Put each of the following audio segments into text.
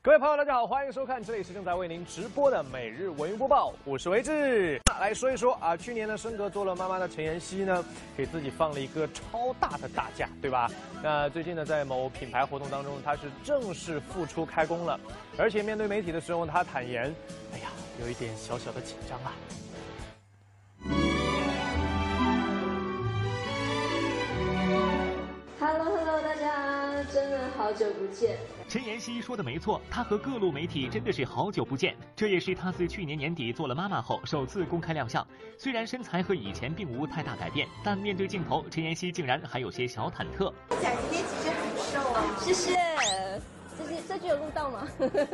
各位朋友，大家好，欢迎收看，这里是正在为您直播的每日文娱播报，我是维志。来说一说啊，去年呢，升格做了妈妈的陈妍希呢，给自己放了一个超大的大假，对吧？那最近呢，在某品牌活动当中，她是正式复出开工了，而且面对媒体的时候，她坦言，哎呀，有一点小小的紧张啊。 Hello， 大家真的好久不见。 陈妍希说的没错，她和各路媒体真的是好久不见。这也是她自去年年底做了妈妈后首次公开亮相。虽然身材和以前并无太大改变，但面对镜头，陈妍希竟然还有些小忐忑。 今天其实很瘦啊，谢谢。这句有录到吗？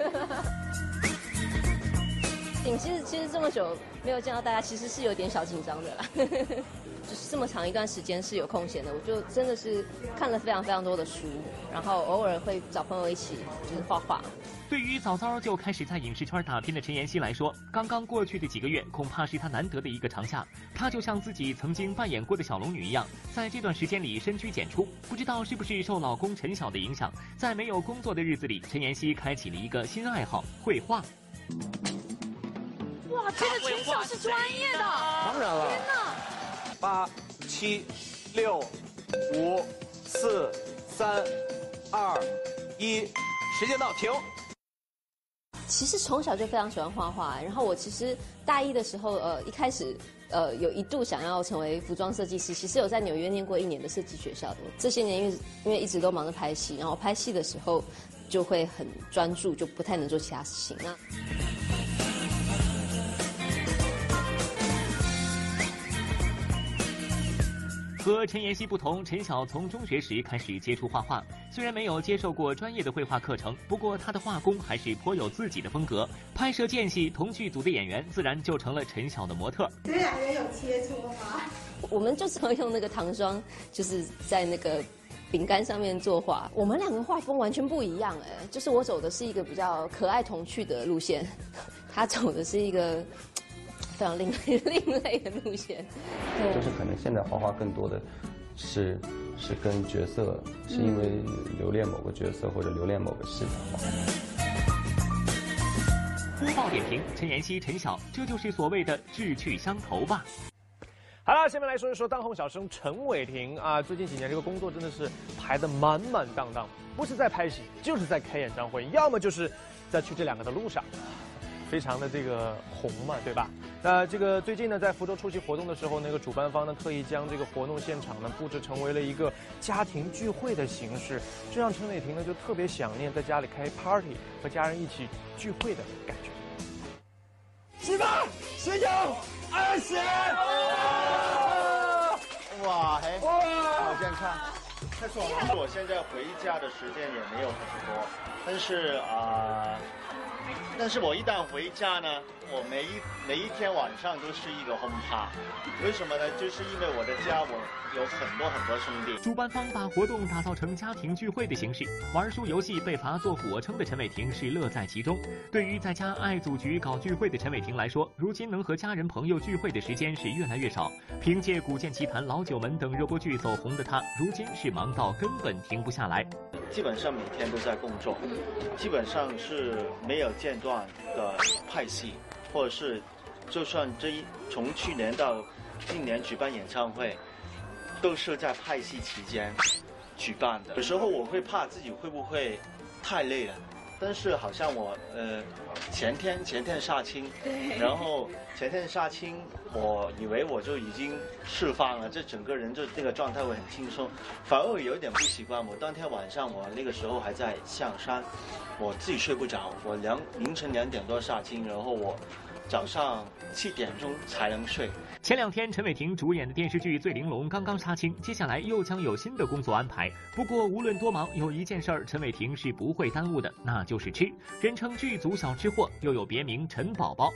其实这么久没有见到大家，其实是有点小紧张的啦。就是这么长一段时间是有空闲的，我就真的是看了非常非常多的书，然后偶尔会找朋友一起就是画画。 对于早早就开始在影视圈打拼的陈妍希来说，刚刚过去的几个月恐怕是她难得的一个长假。她就像自己曾经扮演过的小龙女一样，在这段时间里深居简出。不知道是不是受老公陈晓的影响，在没有工作的日子里，陈妍希开启了一个新爱好——绘画。 哇，这个陈晓是专业的， 当然了。 天哪 ！8、7、6、5、4、3、2、1，时间到，停。 其实从小就非常喜欢画画，然后我其实大一的时候，一开始有一度想要成为服装设计师，其实有在纽约念过1年的设计学校的。这些年因为一直都忙着拍戏，然后拍戏的时候就会很专注，就不太能做其他事情啊。 和陈妍希不同，陈晓从中学时开始接触画画，虽然没有接受过专业的绘画课程，不过他的画工还是颇有自己的风格。拍摄间隙，同剧组的演员自然就成了陈晓的模特。 你们两个人有切磋吗？ 我们就是会用那个糖霜，就是在那个饼干上面作画。我们两个画风完全不一样哎，就是我走的是一个比较可爱童趣的路线，他走的是一个非常另类的路线。 就是可能现在画画更多的是跟角色，是因为留恋某个角色或者留恋某个市场。 播报点评：陈妍希、陈晓，这就是所谓的志趣相投吧。 好了，下面来说一说当红小生陈伟霆啊，最近几年这个工作真的是排得满满当当，不是在拍戏，就是在开演唱会，要么就是在去这两个的路上。非常的这个红嘛，对吧？那这个最近呢，在福州出席活动的时候，那个主办方呢特意将这个活动现场呢布置成为了一个家庭聚会的形式，这让陈伟霆呢就特别想念在家里开 party 和家人一起聚会的感觉。 18、19、20， 哇，嘿，好健康， 太爽了！ 我现在回家的时间也没有很多，但是我一旦回家呢，我每一天晚上都是一个轰趴。为什么呢？就是因为我的家我有很多兄弟。 主办方把活动打造成家庭聚会的形式，玩输游戏被罚做俯卧撑的陈伟霆是乐在其中。对于在家爱组局搞聚会的陈伟霆来说，如今能和家人朋友聚会的时间是越来越少。凭借《古剑奇谭》《老九门》等热播剧走红的他，如今是忙到根本停不下来。 基本上每天都在工作，基本上是没有间断的拍戏，或者是就算从去年到今年举办演唱会，都是在拍戏期间举办的。有时候我会怕自己会不会太累了，但是好像我前天杀青，然后前天杀青，我以为我就已经释放了，这整个人就那个状态会很轻松，反而有一点不习惯。我当天晚上我那个时候还在象山，我自己睡不着，我凌晨2点多杀青，然后我早上7点钟才能睡。 前2天，陈伟霆主演的电视剧《醉玲珑》刚刚杀青，接下来又将有新的工作安排。不过无论多忙，有一件事儿陈伟霆是不会耽误的，那就是吃。人称剧组小吃货，又有别名陈宝宝。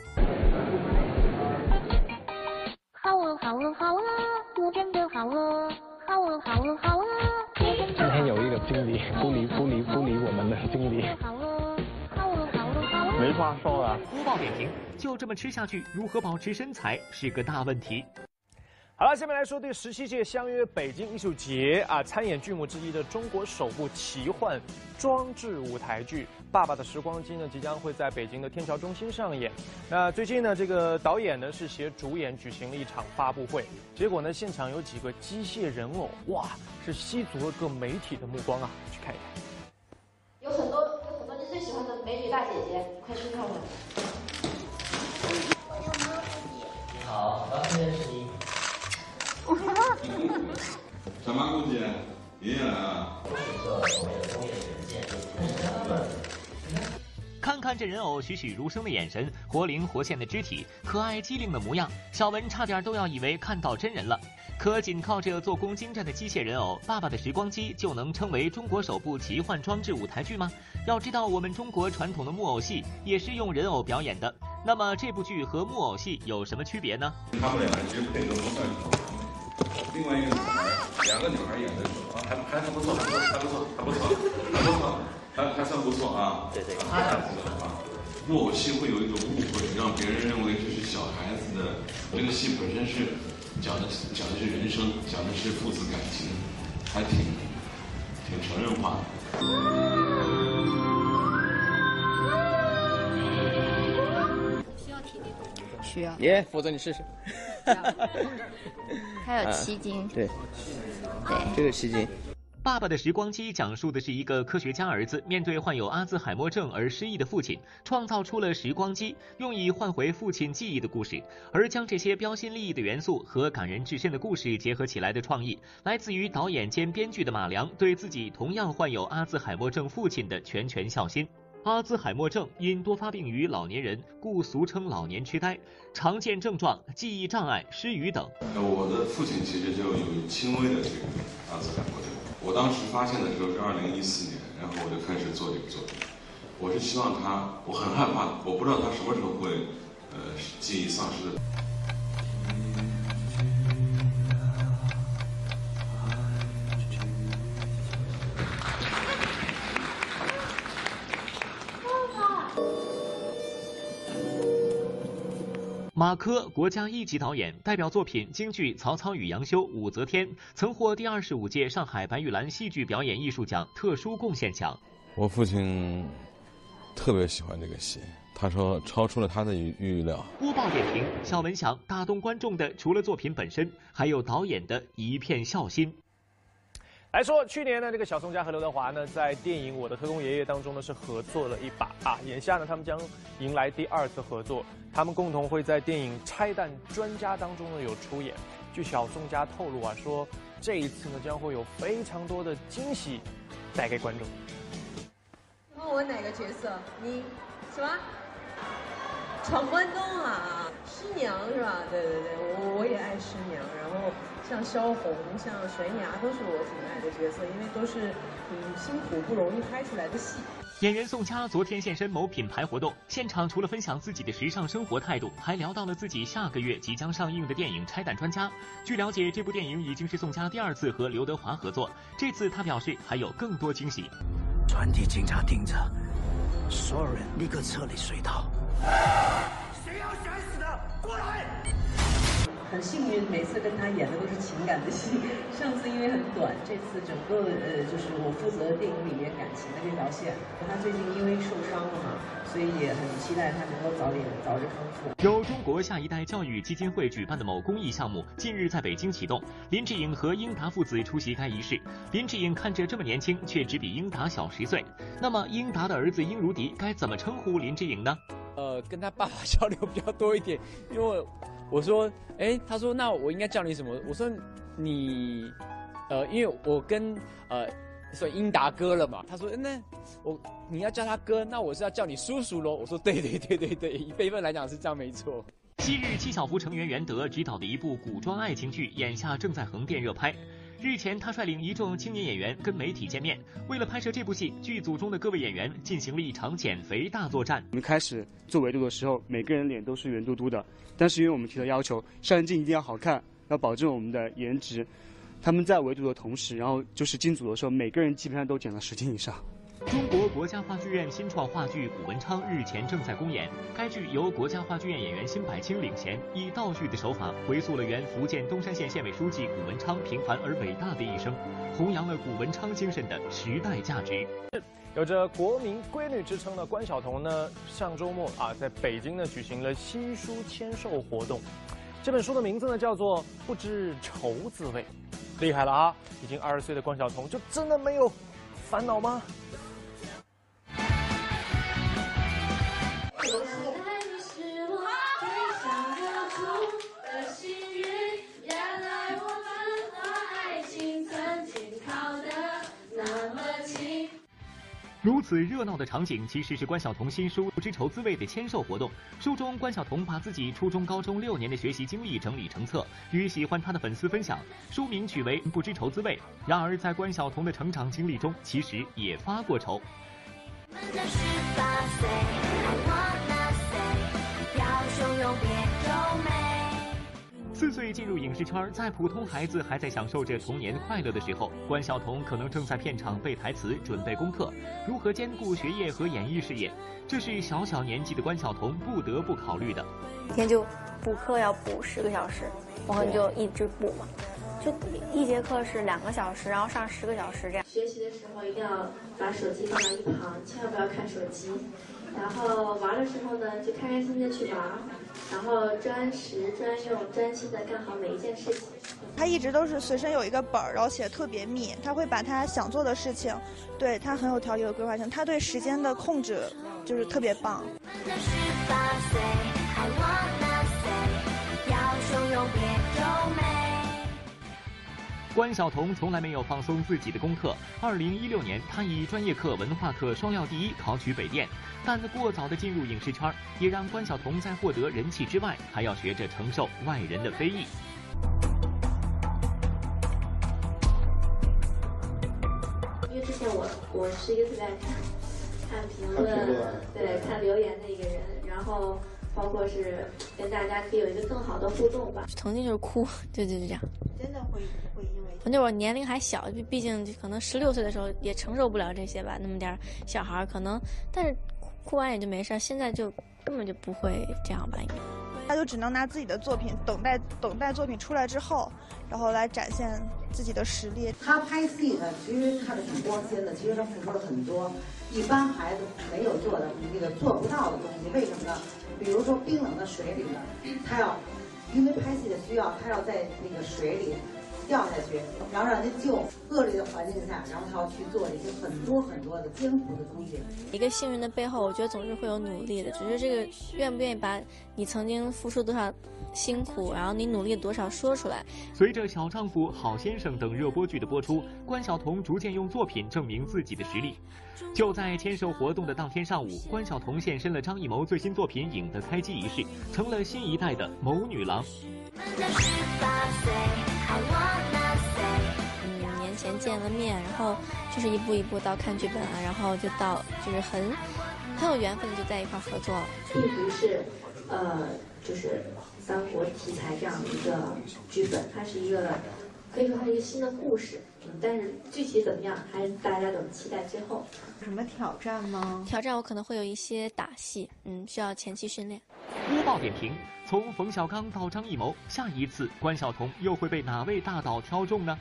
好饿好饿好饿，我真的好饿，好饿好饿好饿。 今天有一个经理不理我们的经理。 没话说啊！ 播报点评：就这么吃下去，如何保持身材是个大问题。 好了，下面来说第17届相约北京艺术节啊，参演剧目之一的中国首部奇幻装置舞台剧《爸爸的时光机》呢，即将会在北京的天桥中心上演。那最近呢，这个导演呢是携主演举行了一场发布会，结果呢，现场有几个机械人偶，哇，是吸足了各媒体的目光啊，去看一看。 有很多你最喜欢的美女大姐姐，快去看看。 你好，高兴认识你。 小马公姐，爷爷来了。 看看这人偶栩栩如生的眼神，活灵活现的肢体，可爱机灵的模样，小文差点都要以为看到真人了。可仅靠着做工精湛的机械人偶，《爸爸的时光机》就能称为中国首部奇幻装置舞台剧吗？要知道，我们中国传统的木偶戏也是用人偶表演的。那么这部剧和木偶戏有什么区别呢？ 他们俩其实配合不算好。另外一个女孩，两个女孩演的时候还不错，还算不错啊。 对， 木偶戏会有一种误会，让别人认为这是小孩子的。这个戏本身是讲的是人生，讲的是父子感情，还挺成人化的。 需要， 否则你试试。 还有奇经， 对，这个奇经。 爸爸的时光机讲述的是一个科学家儿子面对患有阿兹海默症而失忆的父亲，创造出了时光机，用以换回父亲记忆的故事。而将这些标新立异的元素和感人至深的故事结合起来的创意，来自于导演兼编剧的马良对自己同样患有阿兹海默症父亲的拳孝心。阿兹海默症因多发病于老年人，故俗称老年痴呆，常见症状记忆障碍、失语等。 我的父亲其实就有轻微的这个阿兹海默症，我当时发现的时候是2014年，然后我就开始做这个作品。我是希望我很害怕，我不知道他什么时候会记忆丧失的。 马科，国家1级导演，代表作品京剧《曹操与杨修》《武则天》，曾获第25届上海白玉兰戏剧表演艺术奖特殊贡献奖。 我父亲特别喜欢这个戏，他说超出了他的预料。 播报点评：小文想打动观众的，除了作品本身，还有导演的一片孝心。 来说，去年呢，这个小宋佳和刘德华呢，在电影《我的特工爷爷》当中呢是合作了一把啊。眼下呢，他们将迎来第2次合作，他们共同会在电影《拆弹专家》当中呢有出演。据小宋佳透露啊，说这一次呢将会有非常多的惊喜带给观众。 问我哪个角色？你什么？闯关东啊，师娘是吧？对，我也爱师娘。然后像萧红、像悬崖都是我挺爱的角色，因为都是挺辛苦不容易拍出来的戏。 演员宋佳昨天现身某品牌活动，现场除了分享自己的时尚生活态度，还聊到了自己下个月即将上映的电影《拆弹专家》。据了解，这部电影已经是宋佳第2次和刘德华合作，这次他表示还有更多惊喜。 传递警察盯着，所有人立刻撤离隧道。 谁要想死的，过来！很幸运，每次跟他演的都是情感的戏。上次因为很短，这次整个就是我负责电影里面感情的这条线。他最近因为受伤了嘛，所以也很期待他能够早日康复。 由中国下一代教育基金会举办的某公益项目，近日在北京启动。林志颖和英达父子出席该仪式。林志颖看着这么年轻，却只比英达小10岁。那么英达的儿子英如迪该怎么称呼林志颖呢？ 跟他爸爸交流比较多一点，因为我说，他说那我应该叫你什么？我说你，因为我跟说英达哥了嘛，他说那你要叫他哥，那我是要叫你叔叔咯。我说对，以辈分来讲是这样没错。 昔日七小福成员袁德执导的一部古装爱情剧，眼下正在横店热拍。日前，他率领一众青年演员跟媒体见面。为了拍摄这部戏，剧组中的各位演员进行了一场减肥大作战。 我们开始做维度的时候，每个人脸都是圆嘟嘟的，但是因为我们提的要求，上镜一定要好看，要保证我们的颜值。他们在围堵的同时，然后就是进组的时候，每个人基本上都减了10斤以上。 中国国家话剧院新创话剧《古文昌》日前正在公演。该剧由国家话剧院演员辛柏青领衔，以道具的手法回溯了原福建东山县县委书记古文昌平凡而伟大的一生，弘扬了古文昌精神的时代价值。 有着国民闺女之称的关晓彤呢，上周末在北京呢举行了新书签售活动。这本书的名字呢叫做《不知愁滋味》，厉害了啊！已经20岁的关晓彤就真的没有烦恼吗？ 如此热闹的场景，其实是关晓彤新书《不知愁滋味》的签售活动。书中，关晓彤把自己初中、高中6年的学习经历整理成册，与喜欢她的粉丝分享。书名取为《不知愁滋味》。然而，在关晓彤的成长经历中，其实也发过愁。4岁进入影视圈，在普通孩子还在享受着童年快乐的时候，关晓彤可能正在片场背台词、准备功课，如何兼顾学业和演艺事业，这是小小年纪的关晓彤不得不考虑的。 一天就补课要补10个小时，我可能就一直补嘛，就一节课是2个小时，然后上10个小时这样。 学习的时候一定要把手机放到一旁，千万不要看手机。然后玩的时候呢，就开开心心的去玩，然后专时专用、专心的干好每一件事情。 他一直都是随身有一个本儿，然后写得特别密。他会把他想做的事情，对他很有条理和规划性。他对时间的控制就是特别棒。 关晓彤从来没有放松自己的功课。2016年，她以专业课、文化课双料第1考取北电，但过早的进入影视圈，也让关晓彤在获得人气之外，还要学着承受外人的非议。 因为之前我是一个特别爱看评论，对，看留言的一个人，然后包括是跟大家可以有一个更好的互动吧。 曾经就是哭，就这样。 真的会因为那会儿年龄还小，毕竟可能16岁的时候也承受不了这些吧，那么点小孩可能，但是哭完也就没事，现在就根本就不会这样吧，应该。 他就只能拿自己的作品等待作品出来之后，然后来展现自己的实力。 他拍戏呢，其实看着挺光鲜的，其实他付出了很多一般孩子没有做的那个做不到的东西。为什么呢？比如说冰冷的水里面，他要因为拍戏的需要，他要在那个水里掉下去，然后让他救恶劣的环境下，然后他要去做一些很多的艰苦的东西。 一个幸运的背后，我觉得总是会有努力的，只是这个愿不愿意把你曾经付出多少辛苦，然后你努力多少说出来。 随着《小丈夫》《好先生》等热播剧的播出，关晓彤逐渐用作品证明自己的实力。就在签售活动的当天上午，关晓彤现身了张艺谋最新作品《影》的开机仪式，成了新一代的谋女郎。 年前见了面，然后就是一步一步到看剧本啊，然后就到就是很有缘分的就在一块合作了。 并不是就是三国题材这样的一个剧本，它是一个可以说它是一个新的故事，但是具体怎么样，还是大家等期待之后。 有什么挑战吗？ 挑战我可能会有一些打戏，需要前期训练。 播报点评：从冯小刚到张艺谋，下一次关晓彤又会被哪位大导挑中呢？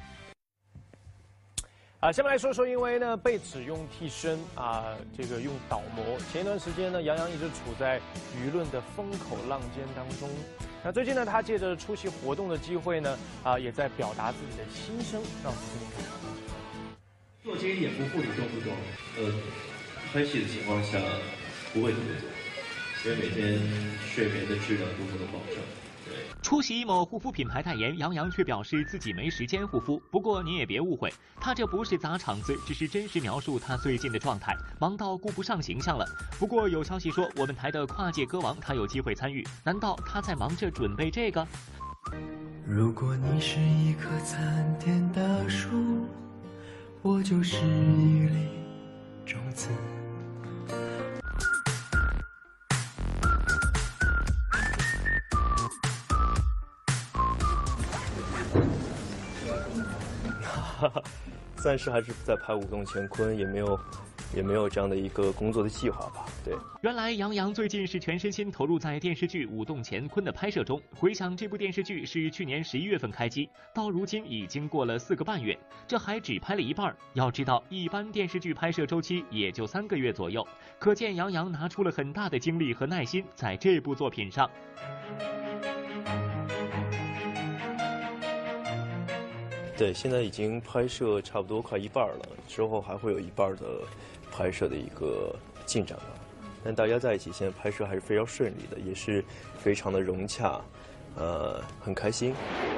下面来说说，因为呢被指用替身这个用倒模，前一段时间呢，杨洋一直处在舆论的风口浪尖当中。那最近呢，他借着出席活动的机会呢，也在表达自己的心声，让我们听听看。 做这些眼部护理多不多？拍戏的情况下不会特别多，因为每天睡眠的质量都不能保证。 出席某护肤品牌代言，杨洋却表示自己没时间护肤。不过你也别误会，他这不是砸场子，只是真实描述他最近的状态，忙到顾不上形象了。不过有消息说，我们台的跨界歌王他有机会参与，难道他在忙着准备这个？ 如果你是一棵参天大树，我就是一粒种子。 暂时还是在拍《舞动乾坤》，也没有也没有这样的一个工作的计划吧。对， 原来杨洋最近是全身心投入在电视剧《舞动乾坤》的拍摄中。回想这部电视剧是去年11月份开机，到如今已经过了4个半月，这还只拍了一半。要知道，一般电视剧拍摄周期也就3个月左右，可见杨洋拿出了很大的精力和耐心在这部作品上。 对，现在已经拍摄差不多快一半了，之后还会有一半的拍摄的一个进展吧。但大家在一起，现在拍摄还是非常顺利的，也是非常的融洽，很开心。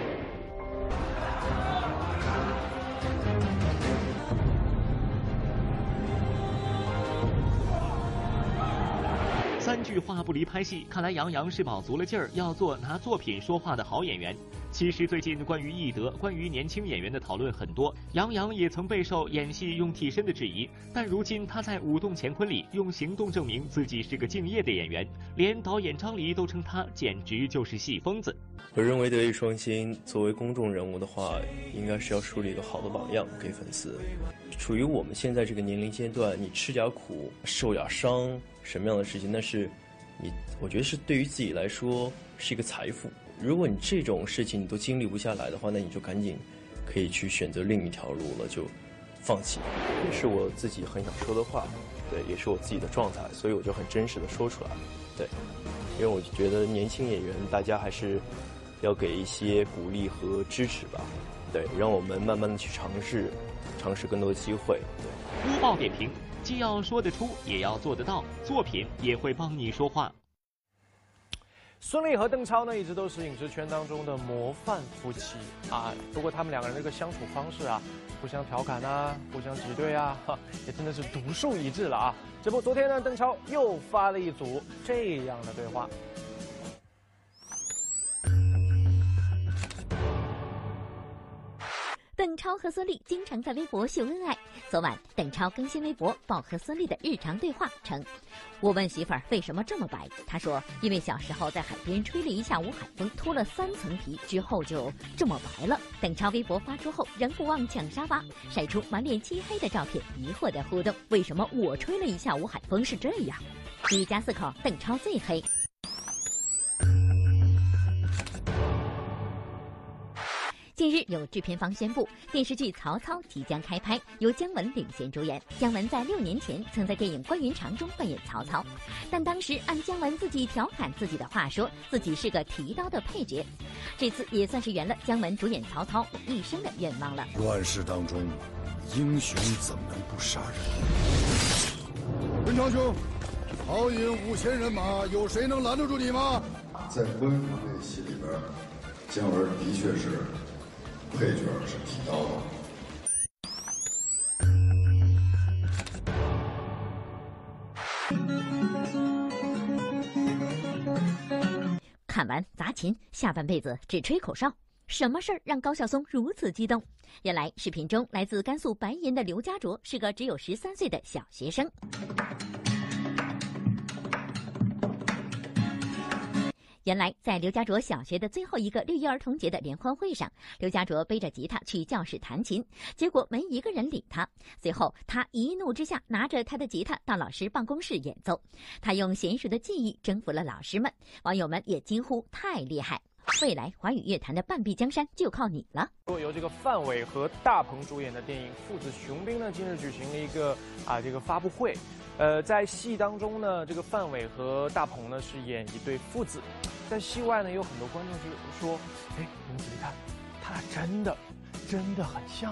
3句话不离拍戏，看来杨洋是卯足了劲儿要做拿作品说话的好演员。其实最近关于艺德、关于年轻演员的讨论很多，杨洋也曾备受演戏用替身的质疑，但如今他在《舞动乾坤》里用行动证明自己是个敬业的演员，连导演张黎都称他简直就是戏疯子。 我认为德艺双馨作为公众人物的话，应该是要树立一个好的榜样给粉丝。处于我们现在这个年龄阶段，你吃点苦，受点伤，什么样的事情，那是我觉得是对于自己来说是一个财富。如果你这种事情你都经历不下来的话，那你就赶紧可以去选择另一条路了，就放弃。这是我自己很想说的话，对，也是我自己的状态，所以我就很真实的说出来，对，因为我觉得年轻演员大家还是要给一些鼓励和支持吧，对，让我们慢慢的去尝试更多的机会。对， 播报点评，既要说得出，也要做得到，作品也会帮你说话。 孙俪和邓超呢，一直都是影视圈当中的模范夫妻啊。不过他们两个人这个相处方式啊，互相调侃啊，互相挤兑啊，也真的是独树一帜了啊。这不，昨天呢，邓超又发了一组这样的对话。 邓超和孙俪经常在微博秀恩爱。昨晚，邓超更新微博爆和孙俪的日常对话，称：“我问媳妇儿为什么这么白，她说因为小时候在海边吹了一下午海风，脱了3层皮之后就这么白了。”邓超微博发出后，仍不忘抢沙发，晒出满脸漆黑的照片，疑惑地互动：“为什么我吹了一下午海风是这样？”一家4口，邓超最黑。近日，有制片方宣布，电视剧《曹操》即将开拍，由姜文领衔主演。姜文在6年前曾在电影《关云长》中扮演曹操，但当时按姜文自己调侃自己的话说，自己是个提刀的配角。这次也算是圆了姜文主演曹操一生的愿望了。 乱世当中，英雄怎么能不杀人？文长兄，曹营5000人马，有谁能拦得住你吗？ 在关羽这个戏里边，姜文的确是配角，是提刀的。 看完砸琴，下半辈子只吹口哨。什么事儿让高晓松如此激动？原来视频中来自甘肃白银的刘家卓是个只有13岁的小学生。原来，在刘家卓小学的最后一个6一儿童节的联欢会上，刘家卓背着吉他去教室弹琴，结果没一个人理他。随后，他一怒之下拿着他的吉他到老师办公室演奏，他用娴熟的技艺征服了老师们，网友们也惊呼太厉害！未来华语乐坛的半壁江山就靠你了。 由这个范伟和大鹏主演的电影《父子雄兵》呢，近日举行了一个这个发布会。在戏当中呢，这个范伟和大鹏呢是演一对父子，在戏外呢有很多观众是说，哎，你们仔细看，他俩真的很像。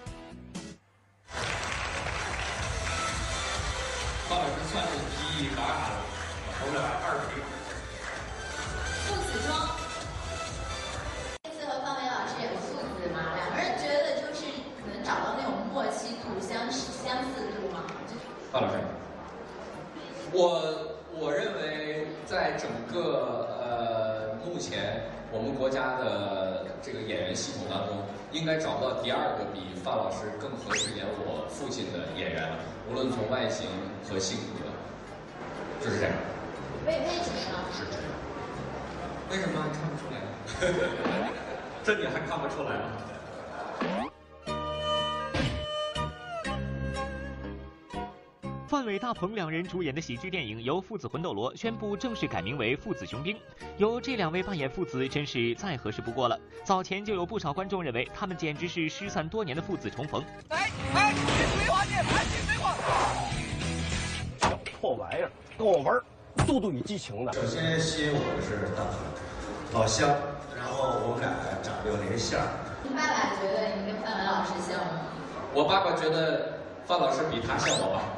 范伟是算是皮嘎嘎的，头俩2皮。 父子装。这次和范伟老师演父子嘛，两个人觉得就是能找到那种默契度、相似度吗？ 范老师。我认为，在整个目前我们国家的这个演员系统当中，应该找不到第2个比范老师更合适演我父亲的演员了。无论从外形和性格，就是这样。 为什么呢？ 是这样。为什么看不出来？这你还看不出来吗？ 范伟、大鹏两人主演的喜剧电影由父子魂斗罗宣布正式改名为父子雄兵，由这两位扮演父子真是再合适不过了。早前就有不少观众认为他们简直是失散多年的父子重逢。 小破玩意儿，跟我玩《速度与激情》的。 首先吸引我的是大鹏，老乡，然后我们俩长得有点像。 你爸爸觉得你跟范伟老师像吗？ 我爸爸觉得范老师比他像我吧。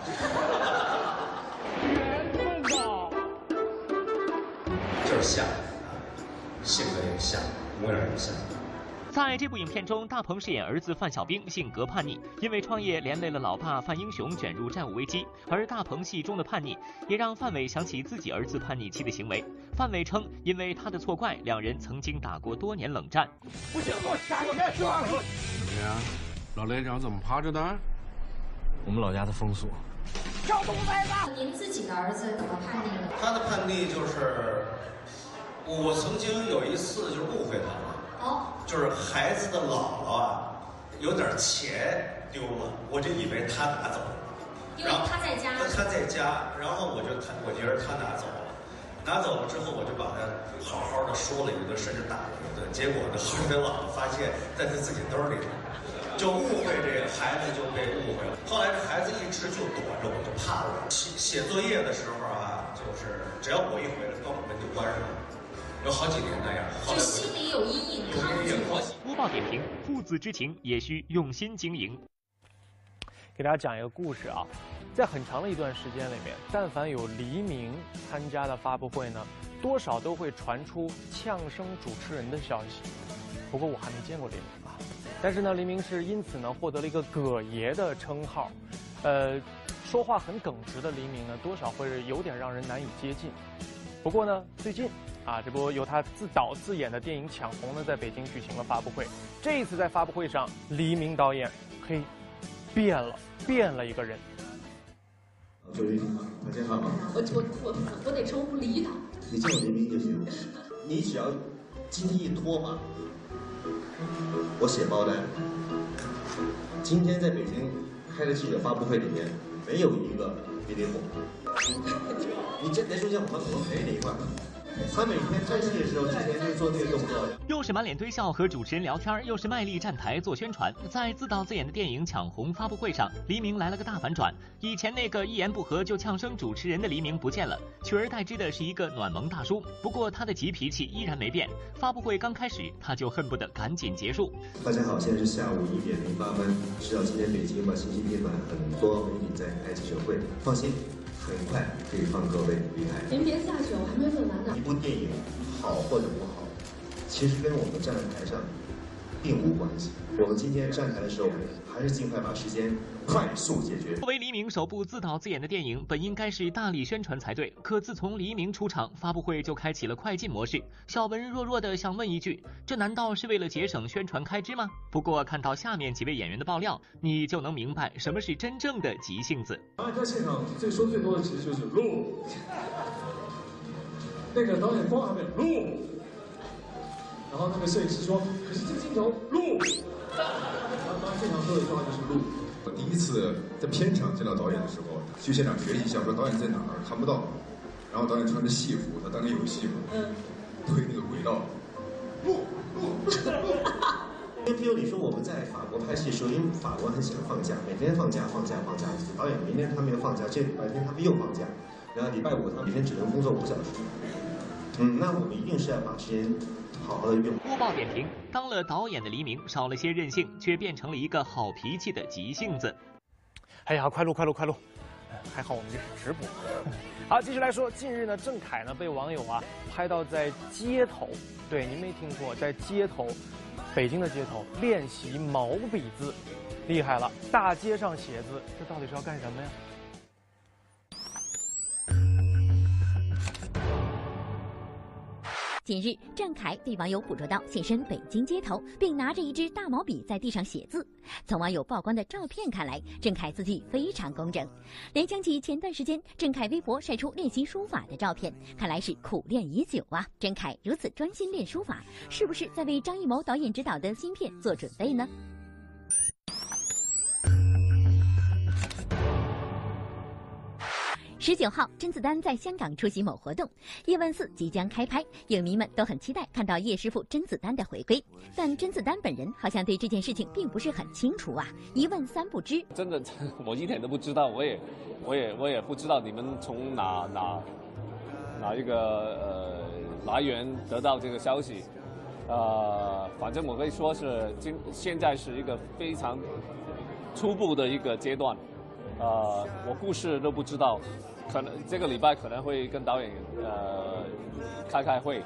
就是像，性格也像，模样也像。 在这部影片中，大鹏饰演儿子范小兵，性格叛逆，因为创业连累了老爸范英雄，卷入债务危机。而大鹏戏中的叛逆，也让范伟想起自己儿子叛逆期的行为。范伟称，因为他的错怪，两人曾经打过多年冷战。 不行，给我杀了！别说话了。 怎么样，老连长怎么趴着的？ 我们老家的风俗。 找东北吧。您自己的儿子怎么叛逆了？ 他的叛逆就是，我曾经有一次就是误会他了。就是孩子的姥姥啊，有点钱丢了，我就以为他拿走了， 因为他在家， 他在家，然后我觉得他拿走了，拿走了之后我就把他好好的说了一顿，甚至打了一顿，结果呢，后来姥姥发现在他自己兜里了，就误会这个孩子就被误会了。后来这孩子一直就躲着我，就怕我。写作业的时候啊，就是只要我一回来，门就关上了。有好几年那样， 就心里有阴影，抗拒。 播报点评：父子之情也需用心经营。 给大家讲一个故事啊，在很长的一段时间里面，但凡有黎明参加的发布会呢，多少都会传出呛声主持人的消息。不过我还没见过黎明啊，但是呢，黎明是因此呢获得了一个葛爷的称号。说话很耿直的黎明呢，多少会有点让人难以接近。不过呢，最近这不由他自导自演的电影《抢红》呢，在北京举行了发布会。这一次在发布会上，黎明导演变了一个人。 周丽，大家好。 我得称呼黎导。 你叫我黎明就行。你只要今天一脱嘛，我写包单。今天在北京开的记者发布会里面，没有一个比你火。你这别说像我陪你一块。他每天拍戏的时候，之前就做这个动作。 又是满脸堆笑和主持人聊天，又是卖力站台做宣传。在自导自演的电影《抢红》发布会上，黎明来了个大反转。以前那个一言不合就呛声主持人的黎明不见了，取而代之的是一个暖萌大叔。不过他的急脾气依然没变。发布会刚开始，他就恨不得赶紧结束。 大家好，现在是下午1点08分。知道今天北京吧，信息频繁，很多媒体在开记者会。放心。很快可以放各位离开。 您别下去，我还没问完呢。 一部电影好或者不好，其实跟我们站在台上并无关系。我们今天站台的时候，还是尽快把时间快速解决。 作为黎明首部自导自演的电影，本应该是大力宣传才对，可自从黎明出场，发布会就开启了快进模式。小文弱弱的想问一句，这难道是为了节省宣传开支吗？不过看到下面几位演员的爆料，你就能明白什么是真正的急性子。 在现场说最多的其实就是录，那个导演光还没有录，然后那个摄影师说，可是这个镜头录。当然，现场说的一句话就是录。 我第一次在片场见到导演的时候，去现场学习一下，说导演在哪儿看不到，然后导演穿着戏服，他当年有戏嘛，推那个轨道，录。 譬如你说我们在法国拍戏的时候，因为法国很喜欢放假，每天放假。导演明天他们要放假，这礼拜天他们又放假，然后礼拜5他每天只能工作5小时。那我们一定是要把时间好好的用。 播报点评：当了导演的黎明少了些任性，却变成了一个好脾气的急性子。 哎呀，快录！还好我们这是直播。好，继续来说，近日呢，郑恺呢被网友拍到在街头，对，您没听错，在街头，北京的街头练习毛笔字，厉害了，大街上写字，这到底是要干什么呀？ 近日，郑恺被网友捕捉到现身北京街头，并拿着一支大毛笔在地上写字。从网友曝光的照片看来，郑恺字迹非常工整。联想起前段时间郑恺微博晒出练习书法的照片，看来是苦练已久啊！郑恺如此专心练书法，是不是在为张艺谋导演执导的新片做准备呢？ 19号，甄子丹在香港出席某活动，《叶问4》即将开拍，影迷们都很期待看到叶师傅甄子丹的回归。但甄子丹本人好像对这件事情并不是很清楚啊，一问三不知。 真的，我一点都不知道，我也不知道你们从哪一个来源得到这个消息。反正我可以说是现在是一个非常初步的一个阶段。我故事都不知道，可能这个礼拜可能会跟导演开会。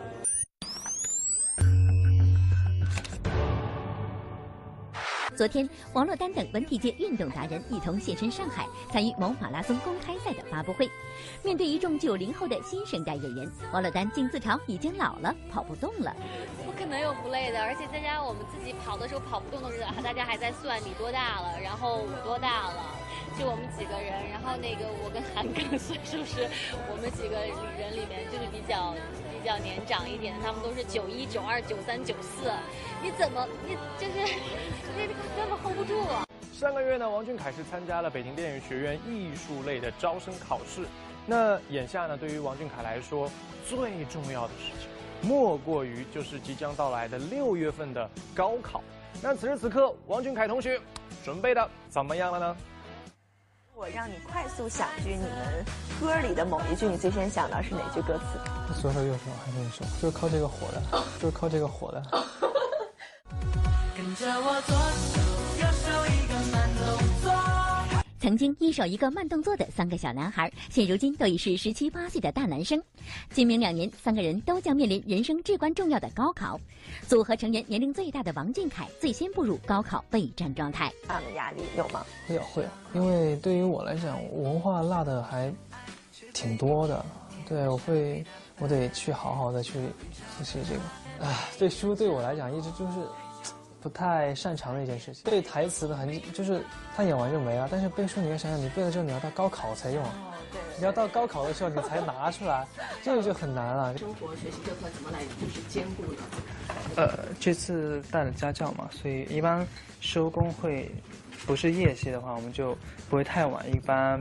昨天，王珞丹等文体界运动达人一同现身上海，参与某马拉松公开赛的发布会。面对一众90后的新生代演员，王珞丹竟自嘲已经老了，跑不动了。 不可能有不累的，而且在家我们自己跑的时候跑不动的时候，大家还在算你多大了，然后我多大了，就我们几个人，然后我跟韩庚岁数是我们几个人里面就是比较年长一点的，他们都是91、92、93、94，你就是根本 hold 不住啊！ 上个月呢，王俊凯是参加了北京电影学院艺术类的招生考试。那眼下呢，对于王俊凯来说，最重要的事情，莫过于就是即将到来的6月份的高考。那此时此刻，王俊凯同学准备的怎么样了呢？ 我让你快速想句你们歌里的某一句，你最先想到是哪句歌词？ 左手右手还是右手？就是靠这个火的，就是靠这个火的。 跟着我左手右手一个慢动作。 曾经一手一个慢动作的3个小男孩，现如今都已是17、18岁的大男生。今明2年，3个人都将面临人生至关重要的高考。组合成员年龄最大的王俊凯最先步入高考备战状态。 这样的压力有吗？ 会有，因为对于我来讲，文化落的还挺多的。对，我得去好好的去复习这个。背书对我来讲一直就是不太擅长的一件事情。背台词的就是他演完就没了，但是背书你要想想，你背了之后你要到高考才用，你要到高考的时候你才拿出来，这个就很难了。 生活学习这块怎么来就是兼顾呢？ 这次带了家教嘛，所以一般收工会不是夜戏的话，我们就不会太晚，一般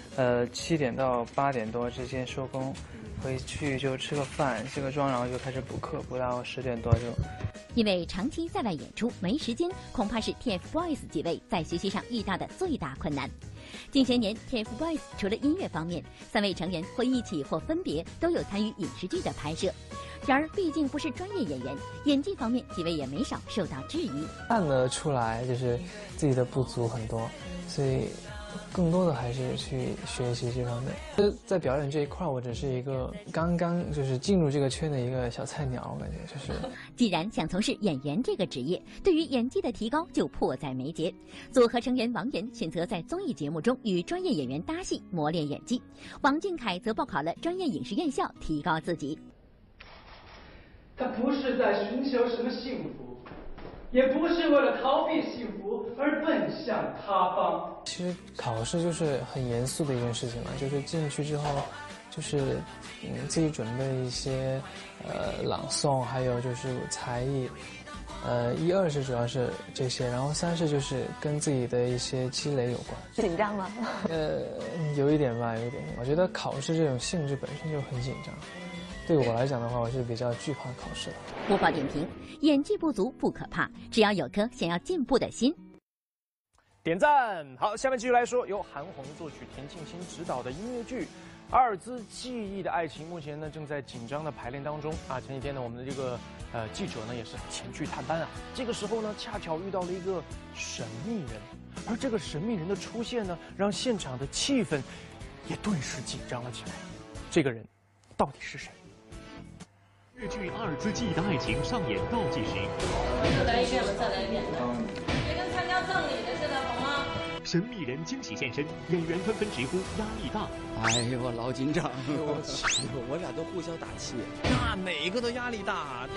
7点到8点多之间收工，回去就吃个饭、卸个妆，然后就开始补课，补到10点多就。 因为长期在外演出没时间，恐怕是 TFBOYS 几位在学习上遇到的最大困难。近些年 TFBOYS 除了音乐方面，3位成员或一起或分别都有参与影视剧的拍摄。然而毕竟不是专业演员，演技方面几位也没少受到质疑。 看得出来就是自己的不足很多，所以更多的还是去学习这方面。在表演这一块，我只是一个刚刚就是进入这个圈的一个小菜鸟，我感觉就是。 既然想从事演员这个职业，对于演技的提高就迫在眉睫。组合成员王源选择在综艺节目中与专业演员搭戏磨练演技，王俊凯则报考了专业影视院校提高自己。 他不是在寻求什么幸福，也不是为了逃避幸福而奔向他方。 其实考试就是很严肃的一件事情嘛，就是进去之后，就是自己准备一些朗诵，还有就是才艺。1、2是主要是这些，然后3是就是跟自己的一些积累有关。 紧张吗？ 有一点吧，有一点。我觉得考试这种性质本身就很紧张。对我来讲的话，我是比较惧怕考试的。 播报点评：演技不足不可怕，只要有颗想要进步的心。 点赞。好，下面继续来说由韩红作曲、田沁鑫执导的音乐剧《阿尔兹记忆的爱情》，目前呢正在紧张的排练当中啊。前几天呢，我们的这个记者呢也是前去探班啊。这个时候呢，恰巧遇到了一个神秘人，而这个神秘人的出现呢，让现场的气氛也顿时紧张了起来。这个人到底是谁？ 越剧《阿尔兹记忆的爱情》上演倒计时， 再来一遍吧，再来一遍。谁跟参加葬礼的似的，好吗？ 神秘人惊喜现身，演员纷纷直呼压力大。 哎呦，老紧张！我俩都互相打气，那哪个都压力大。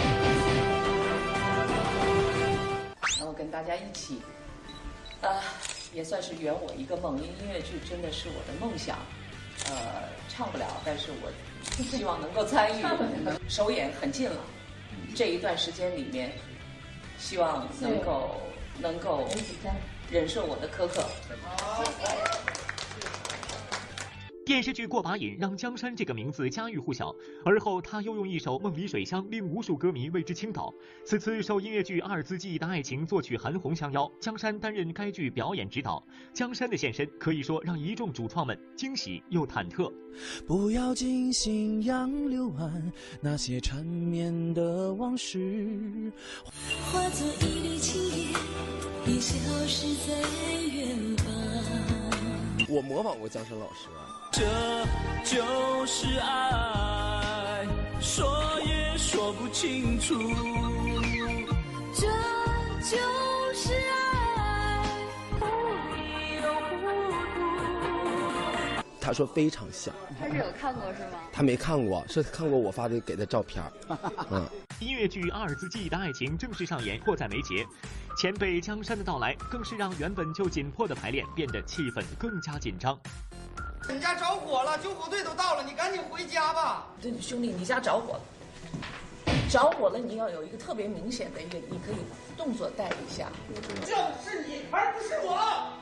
然后跟大家一起，也算是圆我一个梦，因为音乐剧真的是我的梦想。唱不了，但是我希望能够参与。首演很近了，这一段时间里面，希望能够忍受我的苛刻。 电视剧《过把瘾》让江山这个名字家喻户晓，而后他又用一首《梦里水乡》令无数歌迷为之倾倒。此次受音乐剧《二字记忆的爱情》作曲韩红相邀，江山担任该剧表演指导。江山的现身可以说让一众主创们惊喜又忐忑。 不要紧，信仰流完那些缠绵的往事， 化作一缕青烟，已消失在远方。 我模仿过江山老师啊。 这就是爱，说也说不清楚。这就是爱，忽迷又糊涂。 他说非常像。 他是有看过是吗？ 他没看过，是看过我发的给的照片。 音乐剧《二字记忆的爱情》正式上演，迫在眉睫。前辈江山的到来，更是让原本就紧迫的排练变得气氛更加紧张。 你家着火了，救火队都到了，你赶紧回家吧。 对，兄弟，你家着火了，着火了，你要有一个特别明显的一个，你可以动作带一下。 就是你，而不是我。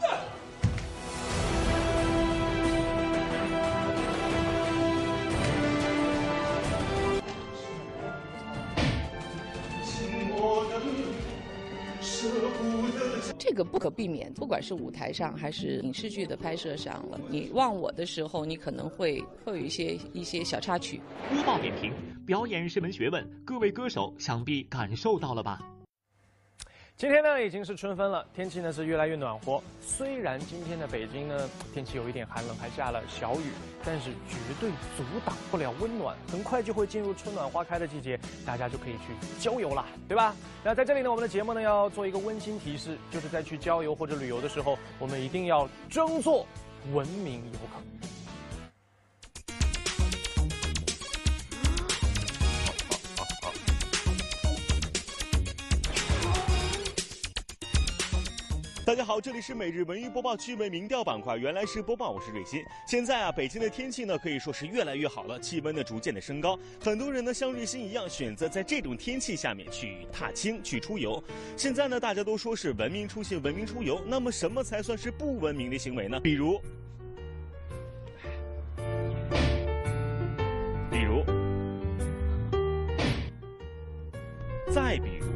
这个不可避免，不管是舞台上还是影视剧的拍摄上了，你忘我的时候，你可能会有一些小插曲。 播报点评：表演是门学问，各位歌手想必感受到了吧？ 今天呢已经是春分了，天气呢是越来越暖和。虽然今天的北京呢天气有一点寒冷，还下了小雨，但是绝对阻挡不了温暖。很快就会进入春暖花开的季节，大家就可以去郊游了，对吧？那在这里呢，我们的节目呢要做一个温馨提示，就是在去郊游或者旅游的时候，我们一定要争做文明游客。 大家好，这里是每日文娱播报趣味民调板块，原来是播报，我是瑞鑫。现在啊，北京的天气呢可以说是越来越好了，气温呢逐渐的升高，很多人呢像瑞鑫一样选择在这种天气下面去踏青去出游。现在呢大家都说是文明出行文明出游，那么什么才算是不文明的行为呢？比如再比如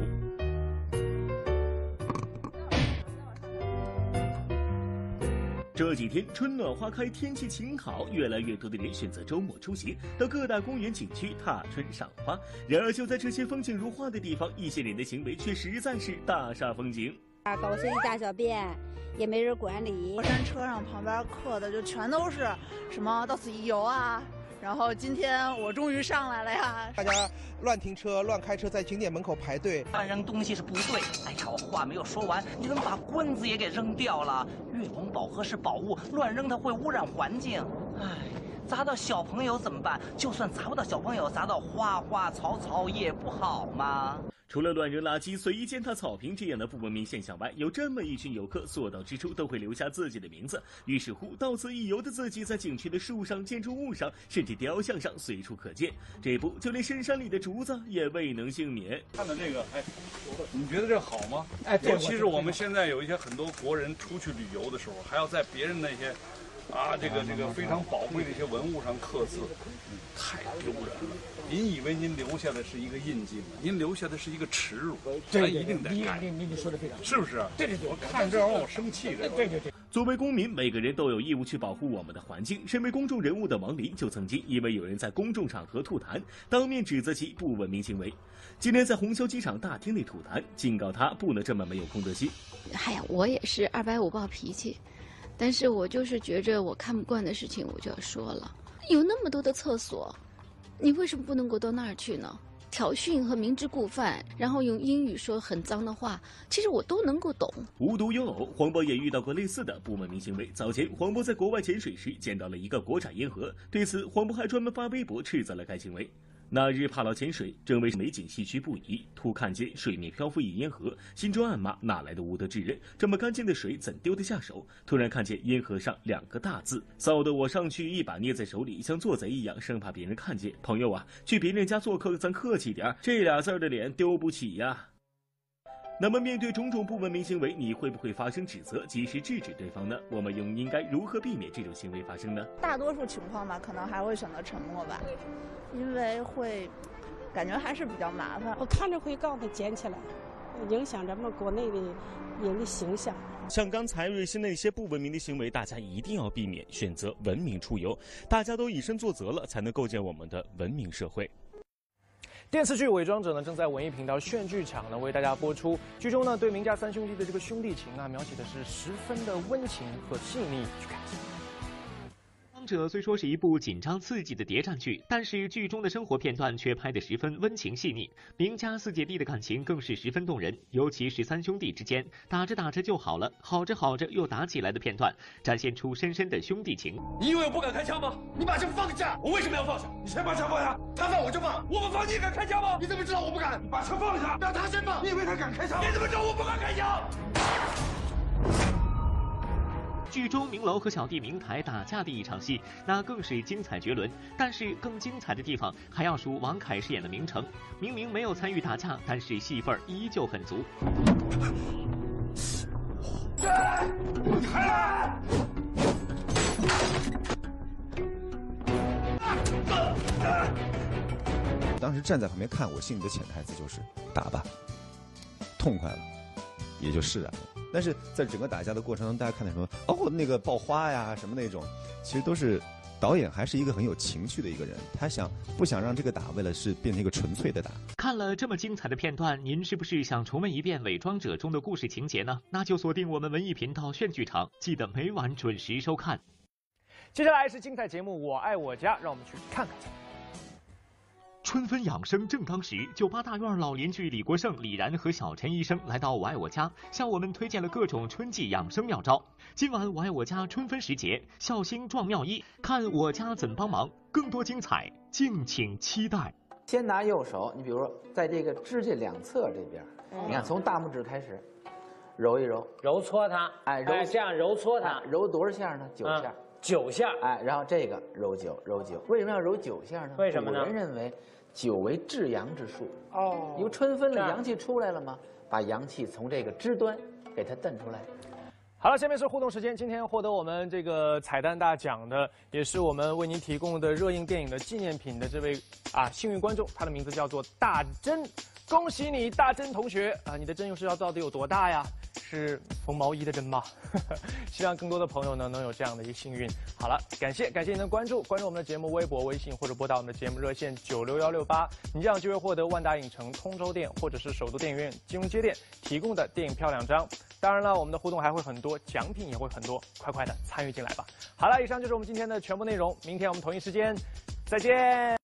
这几天春暖花开，天气晴好，越来越多的人选择周末出行，到各大公园景区踏春赏花。然而就在这些风景如画的地方，一些人的行为却实在是大煞风景。 搞随意大小便，也没人管理。 过山车上旁边刻的就全都是什么到此一游啊。然后今天我终于上来了呀！ 大家乱停车、乱开车，在景点门口排队。 乱扔东西是不对。哎呀，我话没有说完，你怎么把棍子也给扔掉了？月光宝盒是宝物，乱扔它会污染环境。哎，砸到小朋友怎么办？就算砸不到小朋友，砸到花花草草也不好吗？ 除了乱扔垃圾、随意践踏草坪这样的不文明现象外，有这么一群游客，所到之处都会留下自己的名字。于是乎，到此一游的自己，在景区的树上、建筑物上，甚至雕像上随处可见。这不，就连深山里的竹子也未能幸免。 看到这个，哎，你觉得这好吗？ 哎， 尤其是我们现在有一些很多国人出去旅游的时候，还要在别人那些。这个非常宝贵的一些文物上刻字，太丢人了。您以为您留下的是一个印记吗？您留下的是一个耻辱，咱一定得改。 你说的非常是不是？ 对， 我看这玩意儿我生气。 对。 作为公民，每个人都有义务去保护我们的环境。身为公众人物的王林就曾经因为有人在公众场合吐痰，当面指责其不文明行为。今天在虹桥机场大厅内吐痰，警告他不能这么没有公德心。 哎呀，我也是250暴脾气。但是我就是觉着我看不惯的事情，我就要说了。有那么多的厕所，你为什么不能够到那儿去呢？挑衅和明知故犯，然后用英语说很脏的话，其实我都能够懂。 无独有偶，黄渤也遇到过类似的不文明行为。早前，黄渤在国外潜水时捡到了一个国产烟盒，对此黄渤还专门发微博斥责了该行为。那日帕劳潜水，正为美景唏嘘不已，突看见水面漂浮一烟盒，心中暗骂哪来的无德之人，这么干净的水怎丢得下手？突然看见烟盒上2个大字，臊得我上去一把捏在手里，像做贼一样，生怕别人看见。朋友啊，去别人家做客咱客气点，这俩字的脸丢不起呀。 那么面对种种不文明行为，你会不会发生指责，及时制止对方呢？我们又应该如何避免这种行为发生呢？ 大多数情况吧，可能还会选择沉默吧，因为会感觉还是比较麻烦。 我看着会告他捡起来，影响咱们国内的人的形象。 像刚才瑞希那些不文明的行为，大家一定要避免，选择文明出游。大家都以身作则了，才能构建我们的文明社会。 电视剧《伪装者》呢，正在文艺频道炫剧场呢为大家播出。剧中呢，对名家三兄弟的这个兄弟情啊，描写的是十分的温情和细腻。去看。 《者》虽说是一部紧张刺激的谍战剧，但是剧中的生活片段却拍得十分温情细腻。名家四姐弟的感情更是十分动人，尤其是三兄弟之间打着打着就好了，好着好着又打起来的片段，展现出深深的兄弟情。 你以为我不敢开枪吗？你把枪放下！我为什么要放下？你先把枪放下，他放我就放，我不放你敢开枪吗？你怎么知道我不敢？你把枪放下，让他先放。你以为他敢开枪？你怎么知道我不敢开枪？ 剧中明楼和小弟明台打架的一场戏，那更是精彩绝伦。但是更精彩的地方还要数王凯饰演的明成，明明没有参与打架，但是戏份依旧很足。 你还来！ 当时站在旁边看，我心里的潜台词就是打吧，痛快了，也就释然了。但是在整个打架的过程中，大家看到什么？那个爆花呀，什么那种，其实都是导演还是一个很有情趣的一个人，他不想让这个打为了是变成一个纯粹的打。 看了这么精彩的片段，您是不是想重温一遍《伪装者》中的故事情节呢？那就锁定我们文艺频道炫剧场，记得每晚准时收看。 接下来是精彩节目《我爱我家》，让我们去看看。 春分养生正当时，98大院老邻居李国胜、李然和小陈医生来到我爱我家，向我们推荐了各种春季养生妙招。今晚我爱我家春分时节，孝心壮妙医，看我家怎帮忙，更多精彩，敬请期待。 先拿右手，你比如说在这个指甲两侧这边，你看从大拇指开始，揉一揉， 揉搓它，这样揉搓它， 揉多少下呢？9下 ，9下， 然后这个揉9，为什么要揉9下呢？ 为什么呢？ 古人认为9为至阳之数，因为春分了，阳气出来了嘛，把阳气从这个肢端给它蹬出来。 好了，下面是互动时间。今天获得我们这个彩蛋大奖的，也是我们为您提供的热映电影的纪念品的这位幸运观众，他的名字叫做大珍。恭喜你，大珍同学啊！你的珍又是到底有多大呀？是缝毛衣的针吗？希望更多的朋友呢能有这样的一个幸运。好了，感谢您的关注我们的节目微博、微信或者拨打我们的节目热线96168，你这样就会获得万达影城通州店或者是首都电影院金融街店提供的电影票2张。当然了，我们的互动还会很多，奖品也会很多，快的参与进来吧。好了，以上就是我们今天的全部内容，明天我们同一时间再见。